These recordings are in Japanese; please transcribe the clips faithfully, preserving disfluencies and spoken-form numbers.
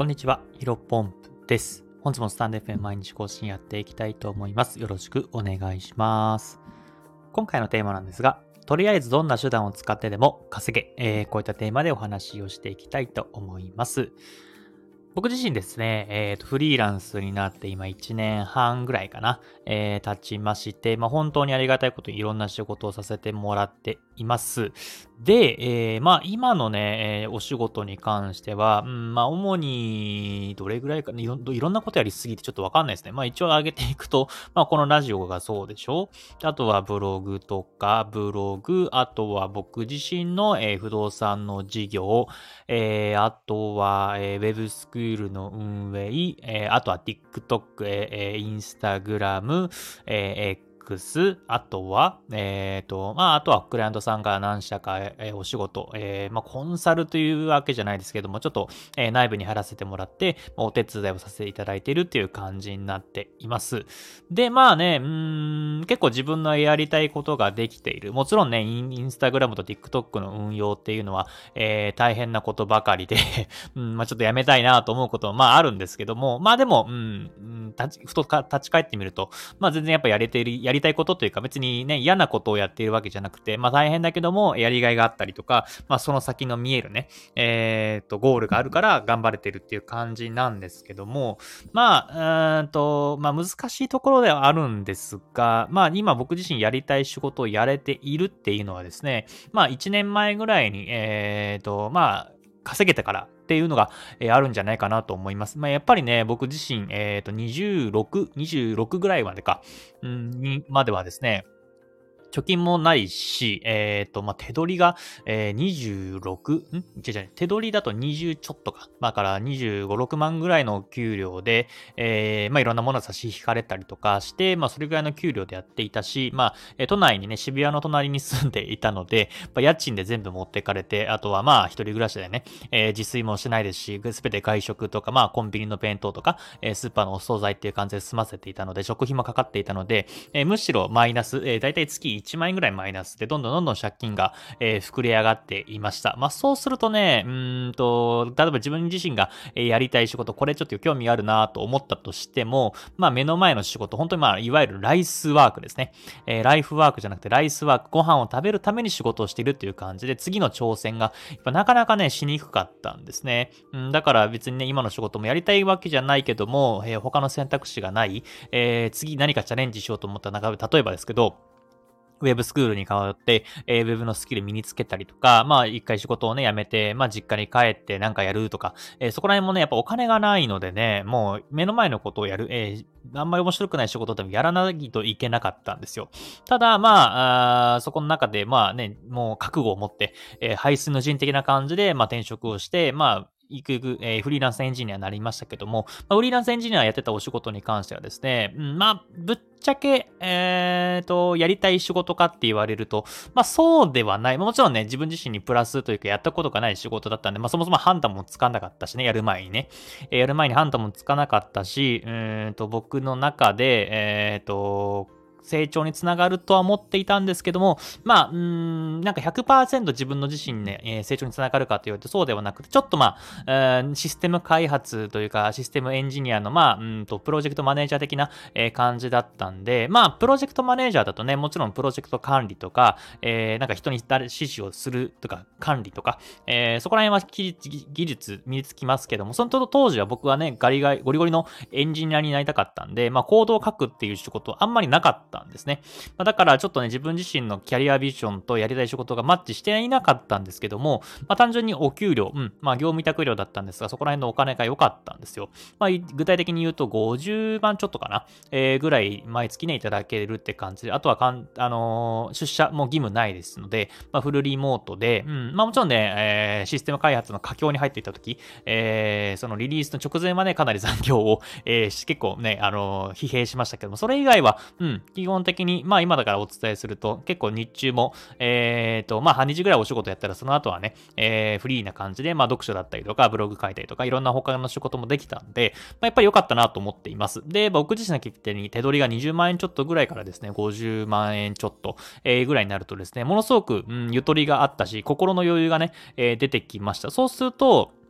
こんにちは、ヒロポンプです。本日もスタンド エフエム 毎日更新やっていきたいと思います。よろしくお願いします。今回のテーマなんですが、とりあえずどんな手段を使ってでも稼げ、えー、こういったテーマでお話をしていきたいと思います。僕自身ですね、えっと、フリーランスになって今いちねんはんぐらいかな、えー、経ちまして、まあ、本当にありがたいこといろんな仕事をさせてもらっています。で、えー、まあ、今のね、えーお仕事に関しては、うん、まあ、主に、どれぐらいかいろ、いろんなことやりすぎてちょっとわかんないですね。まあ、一応上げていくと、まあ、このラジオがそうでしょ。あとはブログとか、ブログ、あとは僕自身の、えー不動産の事業、えー、あとは、えー、ウェブスクールの運営、えー、あとは TikTok、えー、Instagram、えー、X、あとは、えっと、まあ、あとはクライアントさんから何社か、えーお仕事、えーまあ、コンサルというわけじゃないですけども、ちょっと、えー内部に入らせてもらって、まあお手伝いをさせていただいているっていう感じになっています。で、まあね、うーん、結構自分のやりたいことができている。もちろんね、インインスタグラムと TikTok の運用っていうのは、えー大変なことばかりでうん、まあちょっとやめたいなと思うことも、まああるんですけども、まあでも、うん、うん立ちふとか立ち返ってみると、まあ全然やっぱやれている、やりたいことというか別にね、嫌なことをやっているわけじゃなくて、まあ大変だけども、やりがいがあったりとか、まあその先の見えるね、えーっと、ゴールがあるから頑張れてるっていう感じなんですけども、まあ、うーんと、まあ難しいところではあるんですが、まあ今僕自身やりたい仕事をやれているっていうのはですね、まあいちねんまえぐらいに、えーっと、まあ、稼げたからっていうのが、えーあるんじゃないかなと思います。まあ、やっぱりね、僕自身、えっと、にじゅうろく、にじゅうろくぐらいまでか、うん、にまではですね、貯金もないし、えっと、まあ、手取りが、えー、にじゅうろく? ん違う違う、手取りだとにじゅうちょっとか。まあ、からにじゅうご、ろくまんぐらいの給料で、えー、まあ、いろんなものが差し引かれたりとかして、まあ、それぐらいの給料でやっていたし、まあ、えー都内にね、渋谷の隣に住んでいたので、まあ、家賃で全部持ってかれて、あとはまあ、一人暮らしでね、えー自炊もしないですし、すべて外食とか、まあ、コンビニの弁当とか、えースーパーのお惣菜っていう感じで済ませていたので、食費もかかっていたので、えーむしろマイナス、えー、だいたい月いちまん円ぐらいマイナスで、どんどんどんどん借金が、えー膨れ上がっていました。まあ、そうするとね、うーんと、例えば自分自身が、えーやりたい仕事、これちょっと興味あるなと思ったとしても、まあ、目の前の仕事、本当にまあ、いわゆるライスワークですね。えーライフワークじゃなくてライスワーク、ご飯を食べるために仕事をしているっていう感じで、次の挑戦が、やっぱなかなかね、しにくかったんですね。うん、だから別にね、今の仕事もやりたいわけじゃないけども、えー他の選択肢がない、えー次何かチャレンジしようと思った中で、例えばですけど、ウェブスクールに通って、えーウェブのスキル身につけたりとか、まあ一回仕事をね、辞めて、まあ実家に帰ってなんかやるとか、えーそこら辺もね、やっぱお金がないのでね、もう目の前のことをやる、えーあんまり面白くない仕事でもやらないといけなかったんですよ。ただ、まあ、あーそこの中で、まあね、もう覚悟を持って、えー排水の陣的な感じで、まあ転職をして、まあ、ゆくゆく、えーフリーランスエンジニアになりましたけども、まあ、フリーランスエンジニアやってたお仕事に関してはですね、うん、まあ、ぶっちゃけ、えーと、やりたい仕事かって言われると、まあそうではない。もちろんね、自分自身にプラスというかやったことがない仕事だったんで、まあそもそも判断もつかなかったしね、やる前にね。えーやる前に判断もつかなかったし、うーんと、僕の中で、えーと、成長につながるとは思っていたんですけども、まあ、うーん、なんかひゃくパーセント自分の自身ね、えー成長につながるかと言われるとそうではなくて、ちょっとまあ、えーシステム開発というか、システムエンジニアの、まあ、うんと、プロジェクトマネージャー的な、えー感じだったんで、まあ、プロジェクトマネージャーだとね、もちろんプロジェクト管理とか、えーなんか人に指示をするとか、管理とか、えーそこら辺は技技術身につきますけども、その当時は僕はね、ガリガリ、ゴリゴリのエンジニアになりたかったんで、まあ、コードを書くっていう仕事はあんまりなかったんですね。まあ、だからちょっとね、自分自身のキャリアビジョンとやりたい仕事がマッチしていなかったんですけども、まあ、単純にお給料、うん、まあ、業務委託料だったんですが、そこら辺のお金が良かったんですよ。まあ、具体的に言うとごじゅうまんちょっとかな、えーぐらい毎月ね、いただけるって感じで、あとはかん、あのー出社も義務ないですので、まあ、フルリモートで、うん、まあもちろんね、えーシステム開発の佳境に入っていた時、えーそのリリースの直前までかなり残業を、えー結構ね、あのー疲弊しましたけども、それ以外は、うん、基本的に、まあ今だからお伝えすると、結構日中も、えーと、まあ半日ぐらいお仕事やったら、その後はね、えーフリーな感じで、まあ読書だったりとか、ブログ書いたりとか、いろんな他の仕事もできたんで、まあ、やっぱり良かったなと思っています。で、僕自身の経験に手取りがにじゅうまん円ちょっとぐらいからですね、ごじゅうまん円ちょっと、えーぐらいになるとですね、ものすごく、うん、ゆとりがあったし、心の余裕がね、えー出てきました。そうすると、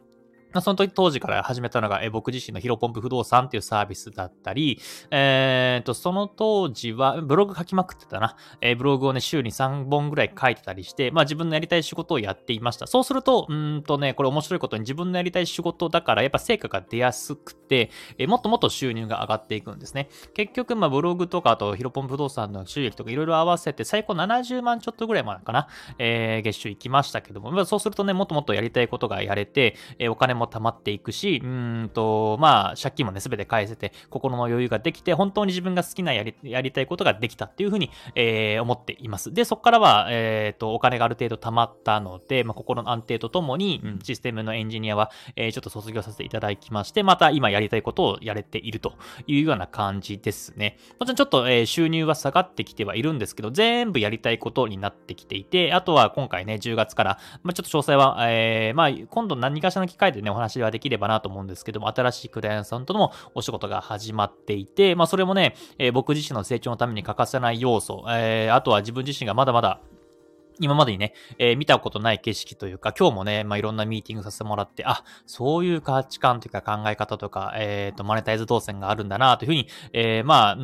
まあ、その時当時から始めたのが、えー僕自身のヒロポンプ不動産っていうサービスだったり、えっと、その当時はブログ書きまくってたな。えーブログをね、週にさんぼんぐらい書いてたりして、まあ自分のやりたい仕事をやっていました。そうすると、うーんとね、これ面白いことに自分のやりたい仕事だからやっぱ成果が出やすくて、えーもっともっと収入が上がっていくんですね。結局、まあブログとかあとヒロポンプ不動産の収益とかいろいろ合わせて最高ななじゅうまんちょっとぐらいまでかな。えー月収行きましたけども、まあそうするとね、もっともっとやりたいことがやれて、えーお金も貯まっていくし、うーんと、まあ、借金もね、すべて返せて、心の余裕ができて、本当に自分が好きなやり、やりたいことができたっていうふうに、えー思っています。で、そこからは、えっと、お金がある程度貯まったので、まあ、心の安定とともに、うん、システムのエンジニアは、えーちょっと卒業させていただきまして、また今やりたいことをやれているというような感じですね。もちろんちょっと、えー収入は下がってきてはいるんですけど、全部やりたいことになってきていて、あとは今回ね、じゅうがつから、まあ、ちょっと詳細は、えー、まあ、今度何かしらの機会でね、お話はできればなと思うんですけども、新しいクライアントさんとのもお仕事が始まっていて、まあ、それもね、えー僕自身の成長のために欠かせない要素、えー、あとは自分自身がまだまだ今までにね、えー見たことない景色というか、今日もね、まあ、いろんなミーティングさせてもらって、あ、そういう価値観というか考え方とか、えっと、マネタイズ動線があるんだなというふうに、えーまあ、うん、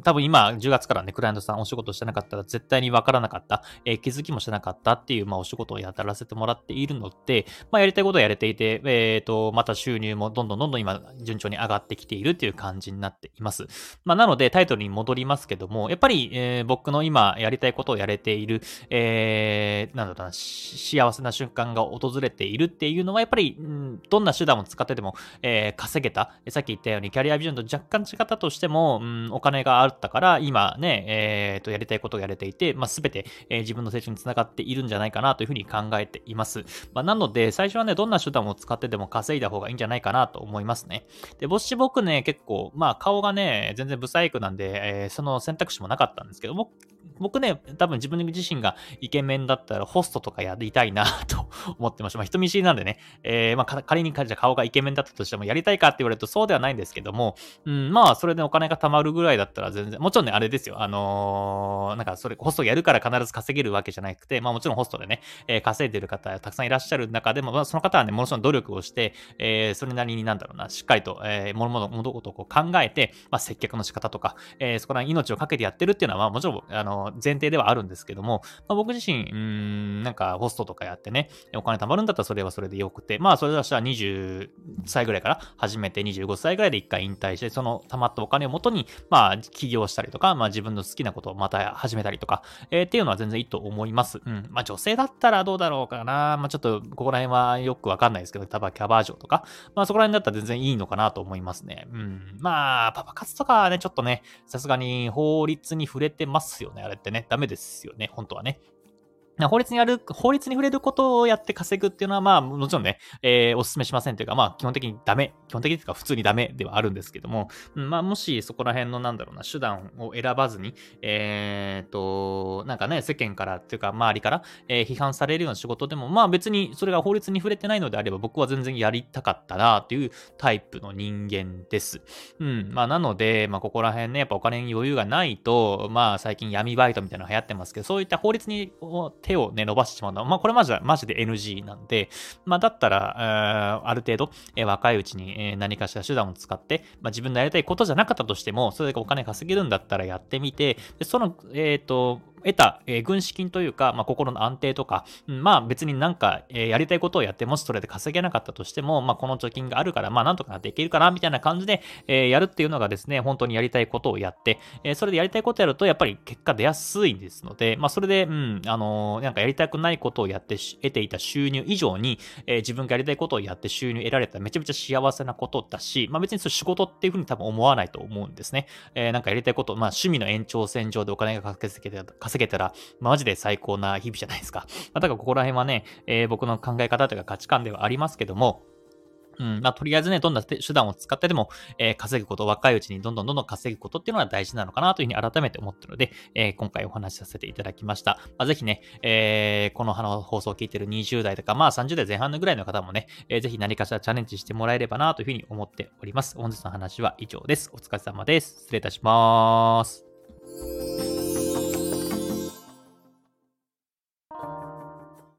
多分今、じゅうがつからね、クライアントさんお仕事してなかったら絶対にわからなかった、えー気づきもしてなかったっていう、まあ、お仕事をやらせてもらっているので、まあ、やりたいことをやれていて、えっと、また収入もどんどんどんどん今、順調に上がってきているっていう感じになっています。まあ、なので、タイトルに戻りますけども、やっぱり、えー僕の今、やりたいことをやれている、えー、なんだろうな、し幸せな瞬間が訪れているっていうのは、やっぱり、うん、どんな手段を使ってでも、えー稼げた。さっき言ったように、キャリアビジョンと若干違ったとしても、うん、お金があったから、今ね、えーと、やりたいことをやれていて、まあ、すべて、えー自分の成長につながっているんじゃないかなというふうに考えています。まあ、なので、最初はね、どんな手段を使ってでも稼いだ方がいいんじゃないかなと思いますね。で、ぼっち僕ね、結構、まあ、顔がね、全然ブサイクなんで、えーその選択肢もなかったんですけども、僕ね、多分自分自身がイケメンだったらホストとかやりたいなと思ってました。まあ、人見知りなんでね、えー、まあ、か仮にじゃあ顔がイケメンだったとしてもやりたいかって言われるとそうではないんですけども、うん、まあ、それでお金が貯まるぐらいだったら全然、もちろんね、あれですよ、あのーなんかそれ、ホストやるから必ず稼げるわけじゃなくて、まあもちろんホストでね、えー稼いでる方たくさんいらっしゃる中でも、まあ、その方はね、ものすごい努力をして、えーそれなりになんだろうな、しっかりと、えー、物事物事をこう考えて、まあ、接客の仕方とか、えーそこら辺命をかけてやってるっていうのは、まあもちろん、あの、前提ではあるんですけども、まあ、僕自身、うーん、なんかホストとかやってね、お金貯まるんだったらそれはそれでよくて、まあそれだしたらにじゅっさいぐらいから始めてにじゅうごさいぐらいで一回引退して、その貯まったお金をもとに、まあ起業したりとか、まあ自分の好きなことをまた始めたりとか、えーっていうのは全然いいと思います。うん。まあ女性だったらどうだろうかな。まあちょっとここら辺はよくわかんないですけど、多分キャバ嬢とか、まあそこら辺だったら全然いいのかなと思いますね。うん。まあパパ活とかはね、ちょっとね、さすがに法律に触れてますよね。あれってね。ダメですよね。本当はね。な法律にやる、法律に触れることをやって稼ぐっていうのは、まあ、もちろんね、えーお勧めしませんというか、まあ、基本的にダメ。基本的にというか、普通にダメではあるんですけども、うん、まあ、もしそこら辺の、なんだろうな、手段を選ばずに、えーと、なんかね、世間からっていうか、周りから、えー批判されるような仕事でも、まあ別にそれが法律に触れてないのであれば、僕は全然やりたかったなっていうタイプの人間です。うん。まあ、なので、まあ、ここら辺ね、やっぱお金に余裕がないと、まあ、最近闇バイトみたいなの流行ってますけど、そういった法律に手をね、伸ばしてしまうのは、まあ、これマジで、マジで エヌジー なんで、まあ、だったら、ある程度、えー若いうちに、えー何かしら手段を使って、まあ、自分のやりたいことじゃなかったとしても、それでお金稼げるんだったらやってみて、でその、えっと、得た、えー軍資金というか、まあ、心の安定とか、うん、まあ別になんか、えーやりたいことをやって、もしそれで稼げなかったとしても、まあこの貯金があるから、まあなんとかなっていけるかな、みたいな感じで、えーやるっていうのがですね、本当にやりたいことをやって、えーそれでやりたいことをやると、やっぱり結果出やすいですので、まあそれで、うん、あのーなんかやりたくないことをやって得ていた収入以上に、えー自分がやりたいことをやって収入得られたらめちゃめちゃ幸せなことだし、まあ別にそれ仕事っていうふうに多分思わないと思うんですね。えーなんかやりたいこと、まあ趣味の延長線上でお金が稼げた稼げたら、マジで最高な日々じゃないですか。まあ、だからここら辺はね、えー僕の考え方というか価値観ではありますけども、うん、まあ、とりあえずね、どんな手段を使ってでも、えー稼ぐこと、若いうちにどんどんどんどん稼ぐことっていうのは大事なのかなというふうに改めて思ったので、えー今回お話しさせていただきました。まあ、ぜひね、えーこの放送を聞いているにじゅう代とか、まあさんじゅう代前半のぐらいの方もね、えーぜひ何かしらチャレンジしてもらえればなというふうに思っております。本日の話は以上です。お疲れ様です。失礼いたします。